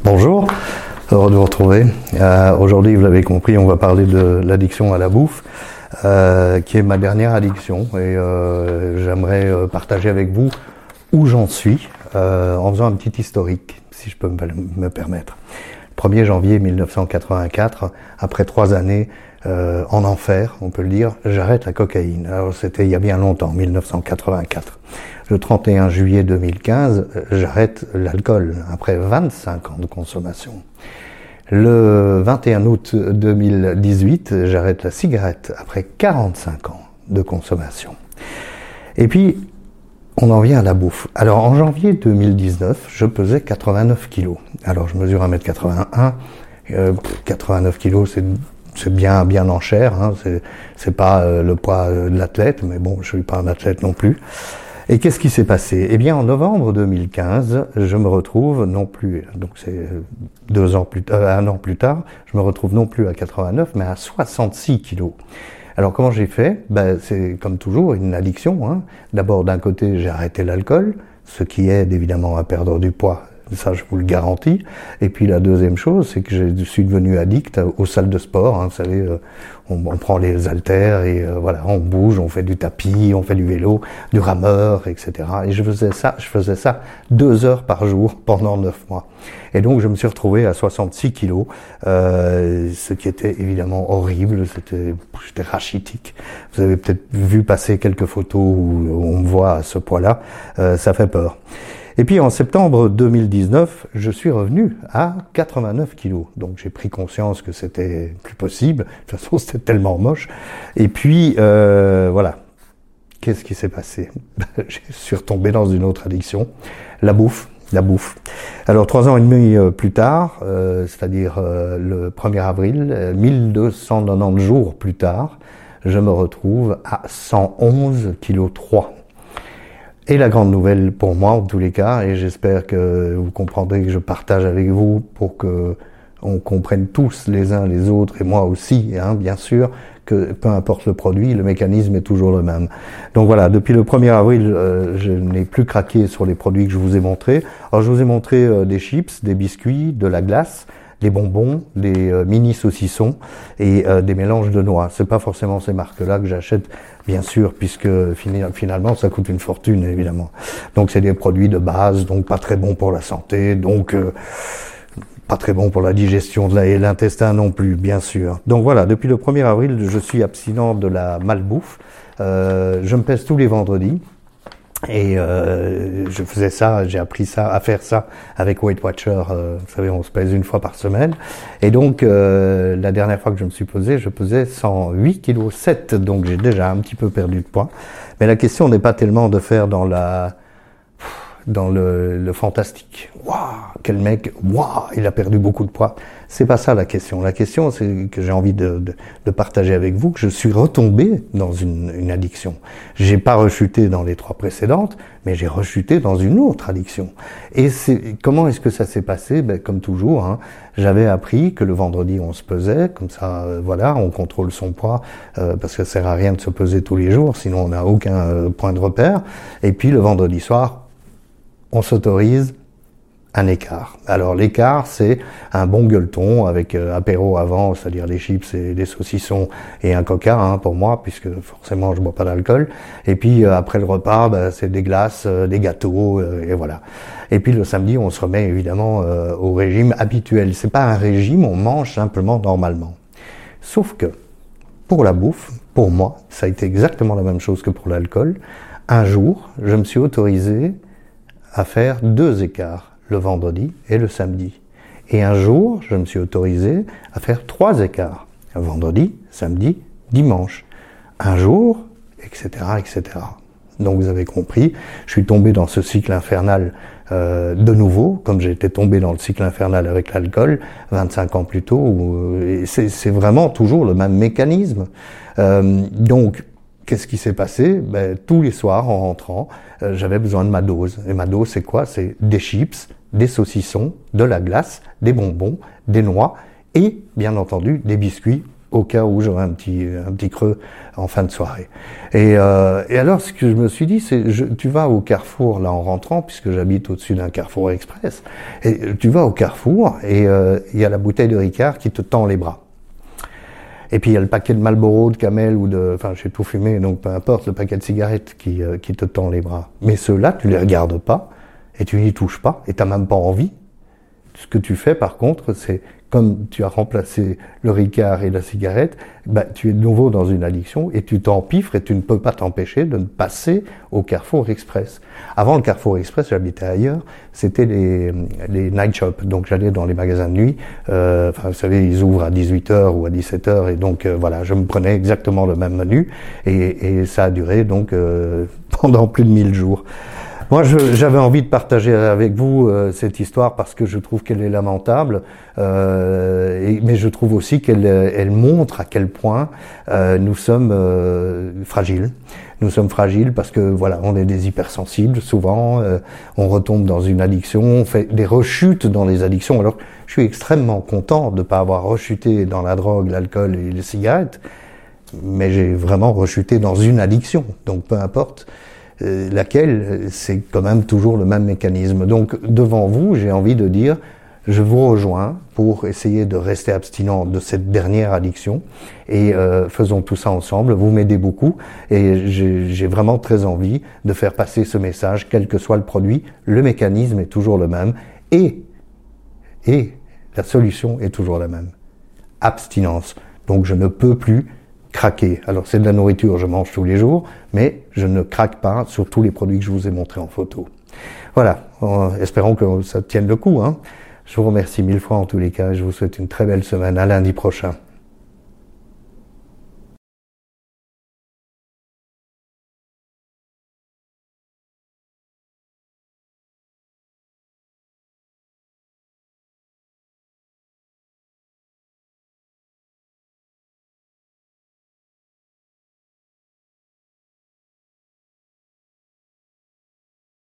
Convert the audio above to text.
Bonjour, heureux de vous retrouver. Aujourd'hui, vous l'avez compris, on va parler de l'addiction à la bouffe, qui est ma dernière addiction. Et j'aimerais partager avec vous où j'en suis, en faisant un petit historique, si je peux me permettre. 1er janvier 1984, après 3 années en enfer, on peut le dire, j'arrête la cocaïne. Alors c'était il y a bien longtemps, 1984. Le 31 juillet 2015, j'arrête l'alcool, après 25 ans de consommation. Le 21 août 2018, j'arrête la cigarette, après 45 ans de consommation. Et puis, on en vient à la bouffe. Alors, en janvier 2019, je pesais 89 kilos. Alors, je mesure 1m81. 89 kilos, c'est bien en chair. Hein. C'est pas le poids de l'athlète, mais bon, je suis pas un athlète non plus. Et qu'est-ce qui s'est passé? Eh bien, en novembre 2015, je me retrouve non plus, donc c'est 1 an plus tard, je me retrouve non plus à 89, mais à 66 kilos. Alors comment j'ai fait? C'est comme toujours une addiction. Hein. D'abord, d'un côté, j'ai arrêté l'alcool, ce qui aide évidemment à perdre du poids, ça je vous le garantis. Et puis la deuxième chose, c'est que je suis devenu addict aux salles de sport. Hein. Vous savez, on prend les haltères et voilà, on bouge, on fait du tapis, on fait du vélo, du rameur, etc. Et je faisais ça 2 heures par jour pendant 9 mois. Et donc je me suis retrouvé à 66 kilos, ce qui était évidemment horrible. J'étais rachitique. Vous avez peut-être vu passer quelques photos où on me voit à ce poids-là. Ça fait peur. Et puis en septembre 2019, je suis revenu à 89 kilos. Donc j'ai pris conscience que c'était plus possible. De toute façon, c'était tellement moche. Et puis voilà. Qu'est-ce qui s'est passé? Je suis retombé dans une autre addiction, la bouffe. Alors 3 ans et demi plus tard, c'est-à-dire le 1er avril, 1290 jours plus tard, je me retrouve à 111 kg 3. Et la grande nouvelle pour moi, en tous les cas, et j'espère que vous comprendrez que je partage avec vous pour que on comprenne tous les uns les autres, et moi aussi, hein, bien sûr, que peu importe le produit, le mécanisme est toujours le même. Donc voilà, depuis le 1er avril, je n'ai plus craqué sur les produits que je vous ai montrés. Alors je vous ai montré des chips, des biscuits, de la glace, des bonbons, des mini saucissons et des mélanges de noix. C'est pas forcément ces marques-là que j'achète, bien sûr, puisque finalement ça coûte une fortune, évidemment. Donc c'est des produits de base, donc pas très bons pour la santé, donc pas très bons pour la digestion et l'intestin non plus, bien sûr. Donc voilà, depuis le 1er avril, je suis abstinent de la malbouffe. Je me pèse tous les vendredis. Et je faisais ça, j'ai appris à faire ça avec Weight Watcher. Vous savez, on se pèse 1 fois par semaine. Et donc, la dernière fois que je me suis pesé, je pesais 108,7 kg. Donc, j'ai déjà un petit peu perdu de poids. Mais la question n'est pas tellement de faire dans le fantastique. Waouh, quel mec, waouh, il a perdu beaucoup de poids. C'est pas ça la question. La question, c'est que j'ai envie de partager avec vous que je suis retombé dans une addiction. J'ai pas rechuté dans les 3 précédentes, mais j'ai rechuté dans une autre addiction. Et comment est-ce que ça s'est passé? Comme toujours, hein, j'avais appris que le vendredi on se pesait, comme ça, voilà, on contrôle son poids, parce que ça sert à rien de se peser tous les jours, sinon on n'a aucun point de repère. Et puis le vendredi soir, on s'autorise un écart. Alors l'écart, c'est un bon gueuleton avec apéro avant, c'est-à-dire des chips et des saucissons et un coca, hein, pour moi, puisque forcément je bois pas d'alcool. Et puis après le repas, c'est des glaces, des gâteaux, et voilà. Et puis le samedi, on se remet évidemment au régime habituel. C'est pas un régime, on mange simplement normalement. Sauf que pour la bouffe, pour moi, ça a été exactement la même chose que pour l'alcool. Un jour, je me suis autorisé à faire 2 écarts, le vendredi et le samedi. Et un jour, je me suis autorisé à faire 3 écarts, vendredi, samedi, dimanche. Un jour, etc., etc. Donc vous avez compris, je suis tombé dans ce cycle infernal de nouveau, comme j'ai été tombé dans le cycle infernal avec l'alcool 25 ans plus tôt. C'est vraiment toujours le même mécanisme. Donc, qu'est-ce qui s'est passé? Tous les soirs, en rentrant, j'avais besoin de ma dose. Et ma dose, c'est quoi? C'est des chips, des saucissons, de la glace, des bonbons, des noix et, bien entendu, des biscuits au cas où j'aurais un petit creux en fin de soirée. Et alors, ce que je me suis dit, c'est, tu vas au Carrefour, là, en rentrant, puisque j'habite au-dessus d'un Carrefour Express, et tu vas au Carrefour, et il y a la bouteille de Ricard qui te tend les bras. Et puis il y a le paquet de Marlboro, de Camel ou enfin j'ai tout fumé, donc peu importe, le paquet de cigarettes qui te tend les bras. Mais ceux-là, tu les regardes pas, et tu n'y touches pas, et t'as même pas envie. Ce que tu fais par contre, c'est comme tu as remplacé le Ricard et la cigarette, tu es de nouveau dans une addiction et tu t'empiffres et tu ne peux pas t'empêcher de passer au Carrefour Express. Avant le Carrefour Express, j'habitais ailleurs, c'était les night shops. Donc j'allais dans les magasins de nuit, vous savez, ils ouvrent à 18h ou à 17h et donc voilà, je me prenais exactement le même menu et ça a duré donc pendant plus de 1000 jours. Moi, j'avais envie de partager avec vous cette histoire parce que je trouve qu'elle est lamentable, mais je trouve aussi qu'elle montre à quel point nous sommes fragiles. Nous sommes fragiles parce que voilà, on est des hypersensibles souvent, on retombe dans une addiction, on fait des rechutes dans les addictions. Alors, je suis extrêmement content de ne pas avoir rechuté dans la drogue, l'alcool et les cigarettes, mais j'ai vraiment rechuté dans une addiction. Donc, peu importe laquelle, c'est quand même toujours le même mécanisme. Donc devant vous, j'ai envie de dire, je vous rejoins pour essayer de rester abstinent de cette dernière addiction et faisons tout ça ensemble. Vous m'aidez beaucoup et j'ai vraiment très envie de faire passer ce message, quel que soit le produit, le mécanisme est toujours le même et la solution est toujours la même. Abstinence. Donc je ne peux plus craquer. Alors c'est de la nourriture, je mange tous les jours, mais je ne craque pas sur tous les produits que je vous ai montrés en photo. Voilà, espérons que ça tienne le coup. Je vous remercie 1000 fois en tous les cas, je vous souhaite une très belle semaine, à lundi prochain.